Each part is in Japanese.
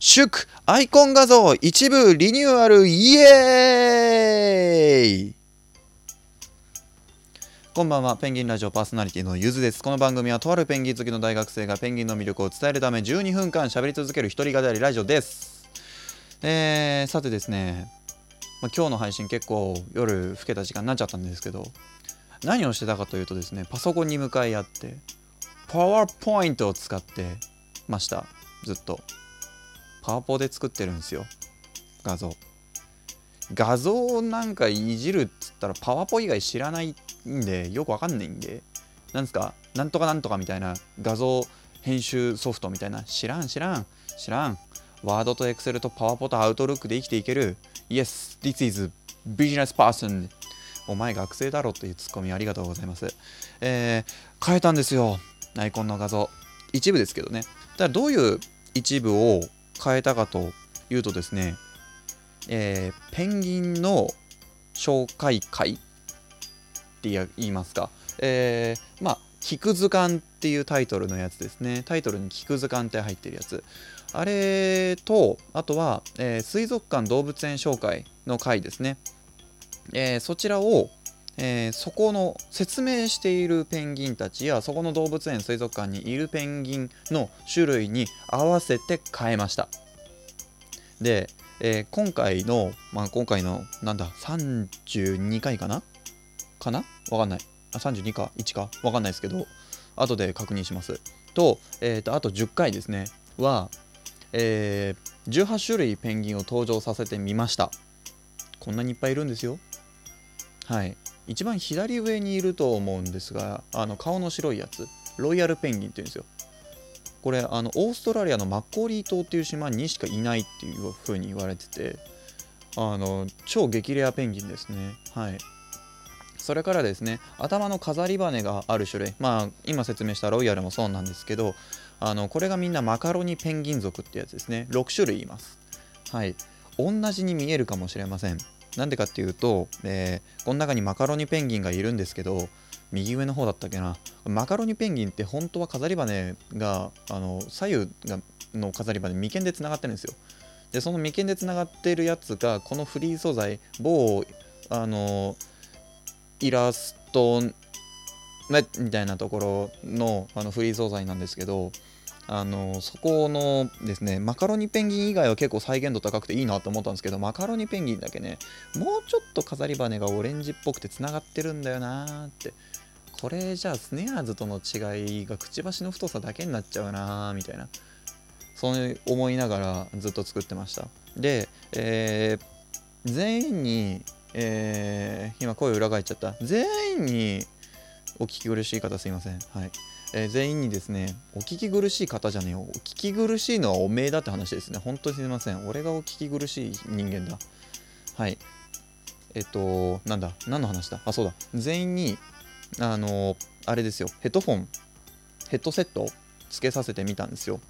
祝アイコン画像一部リニューアルイエーイ。こんばんは。ペンギンラジオパーソナリティのゆずです。この番組はとあるペンギン好きの大学生がペンギンの魅力を伝えるため12分間喋り続ける一人語りラジオです。さてですね、今日の配信結構夜更けた時間になっちゃったんですけど、何をしてたかというとですね、パソコンに向かい合ってパワーポイントを使ってました。ずっとパワポで作ってるんですよ。画像なんかいじるっつったらパワポ以外知らないんでよくわかんないんで、なんですかなんとかなんとかみたいな画像編集ソフトみたいな知らんワードとエクセルとパワポとアウトルックで生きていける Yes, this is business person。 お前学生だろっていうツッコミありがとうございます。変えたんですよ、アイコンの画像一部ですけどね。ただどういう一部を変えたかというとですね、ペンギンの紹介会って言いますか、キク図鑑っていうタイトルのやつですね。タイトルにキク図鑑って入ってるやつ、あれとあとは、水族館動物園紹介の回ですね。そちらを、そこの説明しているペンギンたちやそこの動物園水族館にいるペンギンの種類に合わせて変えました。で、今回のなんだ32回かなわかんない。32か1かわかんないですけど、後で確認します。と、あと10回ですねは、18種類ペンギンを登場させてみました。こんなにいっぱいいるんですよ。はい。一番左上にいると思うんですが、顔の白いやつ、ロイヤルペンギンっていうんですよ。これオーストラリアのマッコーリー島っていう島にしかいないっていう風に言われてて、超激レアペンギンですね。はい。それからですね、頭の飾り羽がある種類、今説明したロイヤルもそうなんですけど、これがみんなマカロニペンギン族ってやつですね。6種類います。はい。同じに見えるかもしれません。なんでかっていうと、この中にマカロニペンギンがいるんですけど、右上の方だったっけな、マカロニペンギンって本当は飾り羽が左右の飾り羽眉間でつながってるんですよ。でその眉間でつながってるやつがこのフリー素材、某イラストみたいなところのフリー素材なんですけど、そこのですね、マカロニペンギン以外は結構再現度高くていいなと思ったんですけど、マカロニペンギンだけね、もうちょっと飾り羽がオレンジっぽくてつながってるんだよなーって。これじゃあスネアーズとの違いがくちばしの太さだけになっちゃうなーみたいな、そう思いながらずっと作ってました。で、全員に、今声裏返っちゃった。全員にお聞き苦しい方すいません。はい。全員にですね、お聞き苦しい方じゃねえよ。お聞き苦しいのはおめえだって話ですね。本当にすいません。俺がお聞き苦しい人間だ。はい。何の話だ。そうだ。全員に、あれですよ。ヘッドセットつけさせてみたんですよ。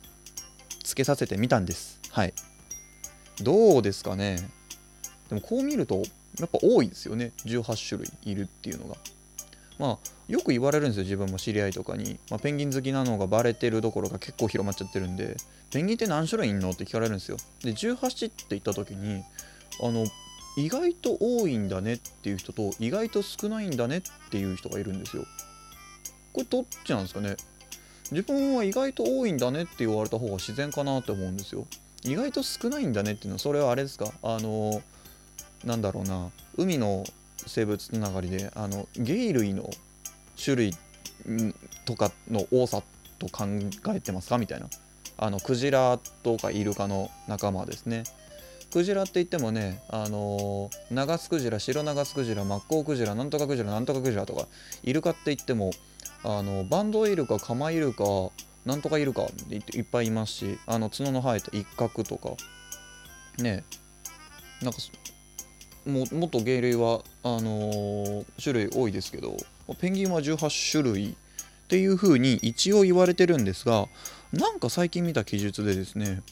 はい。どうですかね。でもこう見ると、やっぱ多いですよね。18種類いるっていうのが。よく言われるんですよ、自分も知り合いとかに。ペンギン好きなのがバレてるどころか結構広まっちゃってるんで、ペンギンって何種類いんのって聞かれるんですよ。で、18って言った時に、意外と多いんだねっていう人と、意外と少ないんだねっていう人がいるんですよ。これどっちなんですかね。自分は意外と多いんだねって言われた方が自然かなって思うんですよ。意外と少ないんだねっていうのは、それはあれですか、なんだろうな、海の生物つながりで鯨類の種類とかの多さと考えてますかみたいな。クジラとかイルカの仲間ですね。クジラって言ってもね、ナガスクジラ、シロナガスクジラ、マッコウクジラ、なんとかクジラ、なんとかクジラとか、イルカって言ってもバンドイルカ、カマイルカ、なんとかイルカっていっぱいいますし、角の生えたイッカクとかね、なんかもっと鯨類は種類多いですけど、ペンギンは18種類っていう風に一応言われてるんですが、なんか最近見た記述でですね、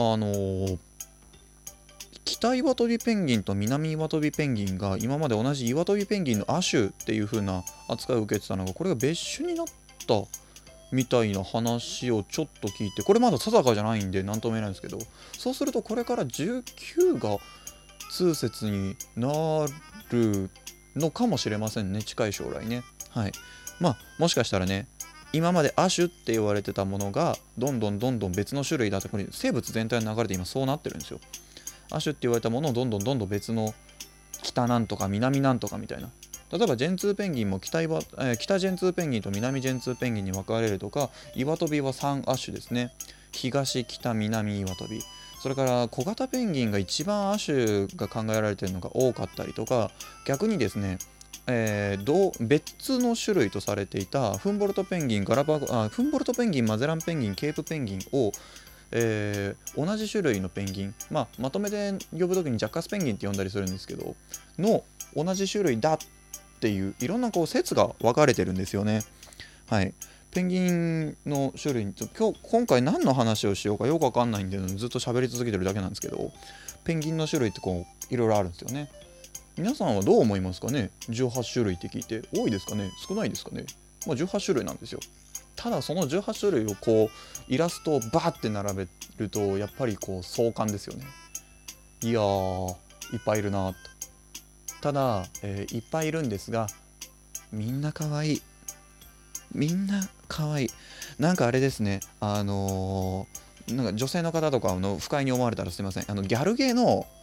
北イワトビペンギンと南イワトビペンギンが今まで同じイワトビペンギンの亜種っていう風な扱いを受けてたのが、これが別種になったみたいな話をちょっと聞いて、これまだ定かじゃないんで何とも言えないんですけど、そうするとこれから19が通説になるのかもしれませんね、近い将来ね。はい。もしかしたらね、今まで亜種って言われてたものがどんどん別の種類だと、これ生物全体の流れで今そうなってるんですよ。亜種って言われたものをどんどん別の北なんとか南なんとかみたいな、例えばジェンツーペンギンも北ジェンツーペンギンと南ジェンツーペンギンに分かれるとか、岩飛びは3亜種ですね。東北南岩飛び、それから小型ペンギンが一番亜種が考えられているのが多かったりとか、逆にですね、別の種類とされていたフンボルトペンギン、フンボルトペンギン、マゼランペンギン、ケープペンギンを、同じ種類のペンギン、まとめて呼ぶときにジャッカスペンギンって呼んだりするんですけど、の同じ種類だっていういろんな説が分かれてるんですよね。はい。ペンギンの種類、今回何の話をしようかよく分かんないんでずっと喋り続けてるだけなんですけど、ペンギンの種類っていろいろあるんですよね。皆さんはどう思いますかね。18種類って聞いて多いですかね、少ないですかね。18種類なんですよ。ただその18種類をイラストをバーって並べるとやっぱり壮観ですよね。いやー、いっぱいいるなと。ただ、いっぱいいるんですが、みんな可愛い。みんな可愛い。なんかあれですね、なんか女性の方とかの不快に思われたらすいません。ギャルゲー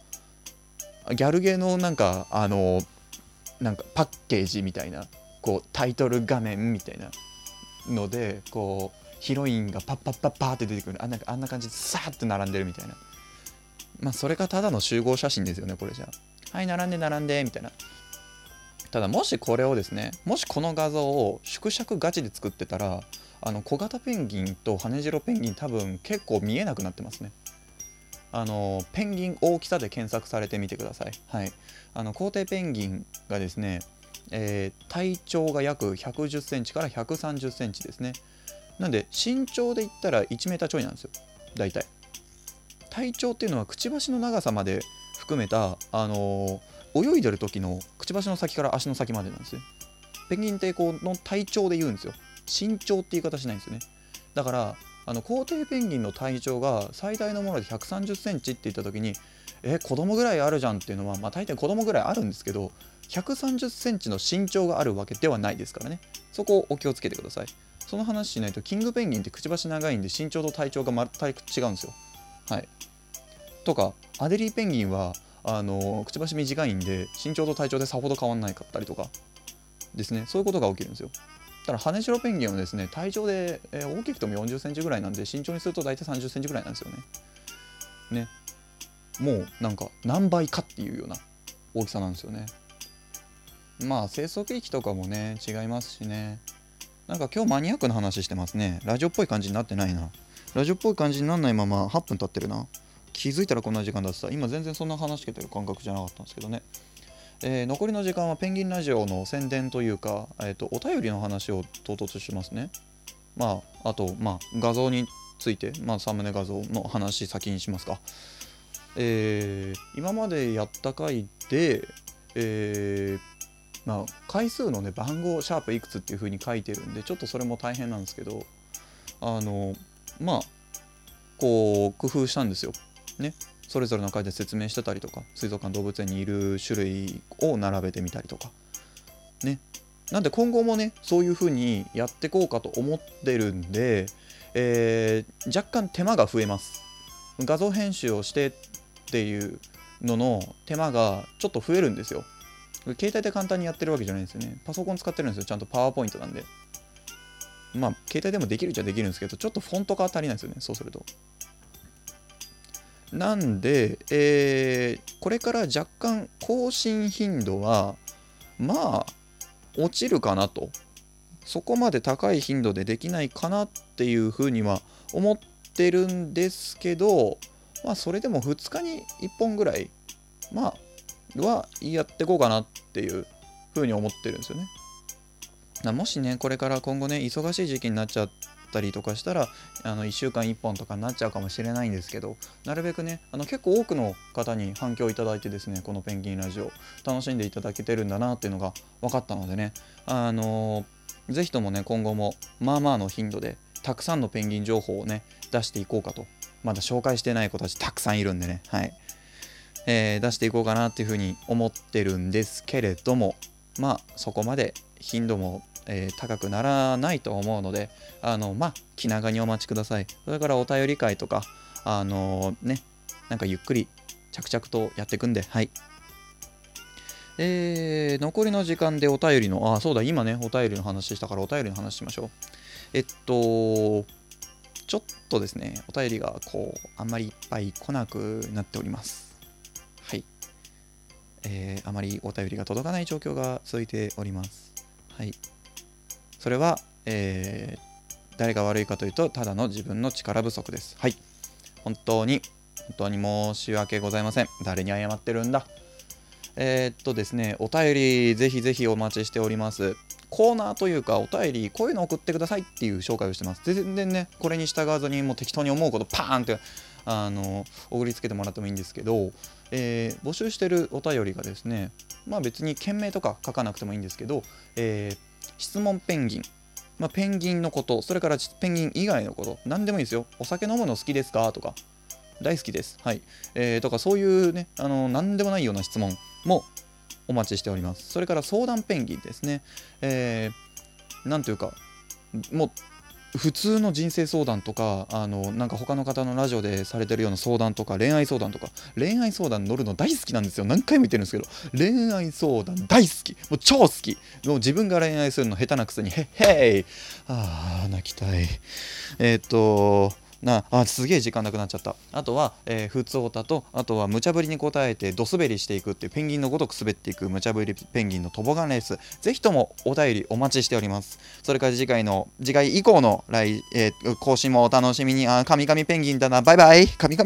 のなんかパッケージみたいな、タイトル画面みたいなのでヒロインがパッパッパッパーって出てくる、あんな感じでサーって並んでるみたいな。それがただの集合写真ですよね、これじゃあ。はい、並んでみたいな。ただもしこれをですね、もしこの画像を縮尺ガチで作ってたら、小型ペンギンと羽白ペンギン多分結構見えなくなってますね。ペンギン大きさで検索されてみてください。はい。皇帝ペンギンがですね、体長が約110センチから130センチですね。なんで身長で言ったら1メーターちょいなんですよ、大体。体長っていうのはくちばしの長さまで含めた、泳いでる時のくちばしの先から足の先までなんですよ。ペンギンっての体長で言うんですよ。身長って言い方しないんですよね。だから皇帝ペンギンの体長が最大のもので130センチって言った時に、子供ぐらいあるじゃんっていうのは、大体子供ぐらいあるんですけど、130センチの身長があるわけではないですからね。そこをお気をつけてください。その話しないと、キングペンギンってくちばし長いんで身長と体長が全く違うんですよ。はい。とかアデリーペンギンはくちばし短いんで身長と体長でさほど変わんないかったりとかですね、そういうことが起きるんですよ。ただ羽白ペンギンはですね、体長で、大きくても40センチぐらいなんで、身長にすると大体30センチぐらいなんですよね。もうなんか何倍かっていうような大きさなんですよね。生息域とかもね違いますしね。なんか今日マニアックな話してますね。ラジオっぽい感じになってないな。ラジオっぽい感じにならないまま8分経ってるな。気づいたらこんな時間だってた。今全然そんな話しけてる感覚じゃなかったんですけどね。残りの時間はペンギンラジオの宣伝というか、お便りの話を唐突しますね。あと、画像について、サムネ画像の話先にしますか。今までやった回で、回数のね番号シャープいくつっていう風に書いてるんで、ちょっとそれも大変なんですけど、工夫したんですよね。それぞれの回で説明してたりとか、水族館動物園にいる種類を並べてみたりとかね。なんで今後もねそういう風にやっていこうかと思ってるんで、若干手間が増えます。画像編集をしてっていうのの手間がちょっと増えるんですよ。携帯で簡単にやってるわけじゃないんですよね。パソコン使ってるんですよ。ちゃんとパワーポイントなんで。携帯でもできるっちゃできるんですけど、ちょっとフォントが足りないんですよね、そうすると。なんで、これから若干更新頻度は落ちるかなと。そこまで高い頻度でできないかなっていうふうには思ってるんですけど、それでも2日に1本ぐらいはやっていこうかなっていうふうに思ってるんですよね。もしねこれから今後ね忙しい時期になっちゃったりとかしたら1週間1本とかになっちゃうかもしれないんですけど、なるべくね結構多くの方に反響いただいてですね、このペンギンラジオ楽しんでいただけてるんだなっていうのが分かったのでね、ぜひともね今後もの頻度でたくさんのペンギン情報をね出していこうかと。まだ紹介してない子たちたくさんいるんでね、はい、出していこうかなっていうふうに思ってるんですけれども、まあそこまで頻度も、高くならないと思うので、気長にお待ちください。それからお便り会とかね、なんかゆっくり着々とやっていくんで、はい。残りの時間でお便りの、そうだ、今ね、お便りの話したからお便りの話しましょう。ちょっとですね、お便りがあんまりいっぱい来なくなっております。はい。あまりお便りが届かない状況が続いております。はい。それは、誰が悪いかというと、ただの自分の力不足です。はい。本当に申し訳ございません。誰に謝ってるんだ。ですね、お便りぜひぜひお待ちしております。コーナーというか、お便りこういうの送ってくださいっていう紹介をしてます。全然ね、これに従わずにもう適当に思うことパーンって送りつけてもらってもいいんですけど、募集してるお便りがですね、別に件名とか書かなくてもいいんですけど、質問ペンギン、ペンギンのこと、それからペンギン以外のこと、何でもいいですよ。お酒飲むの好きですかとか、大好きです。はい。とかそういうね、何でもないような質問もお待ちしております。それから相談ペンギンですね。なんというか、もう普通の人生相談とか、なんか他の方のラジオでされてるような相談とか、恋愛相談とか、恋愛相談乗るの大好きなんですよ。何回も言ってるんですけど、恋愛相談大好き。もう超好き。もう自分が恋愛するの下手なくせに、へっへい。泣きたい。すげえ時間なくなっちゃった。あとは、ふつおたと、あとは無茶ぶりに答えてド滑りしていくっていうペンギンのごとく滑っていく無茶ぶりペンギンのトボガンレース、ぜひともお便りお待ちしております。それから次回以降の更新もお楽しみに。カミカミペンギンだな、バイバイ。カミカミ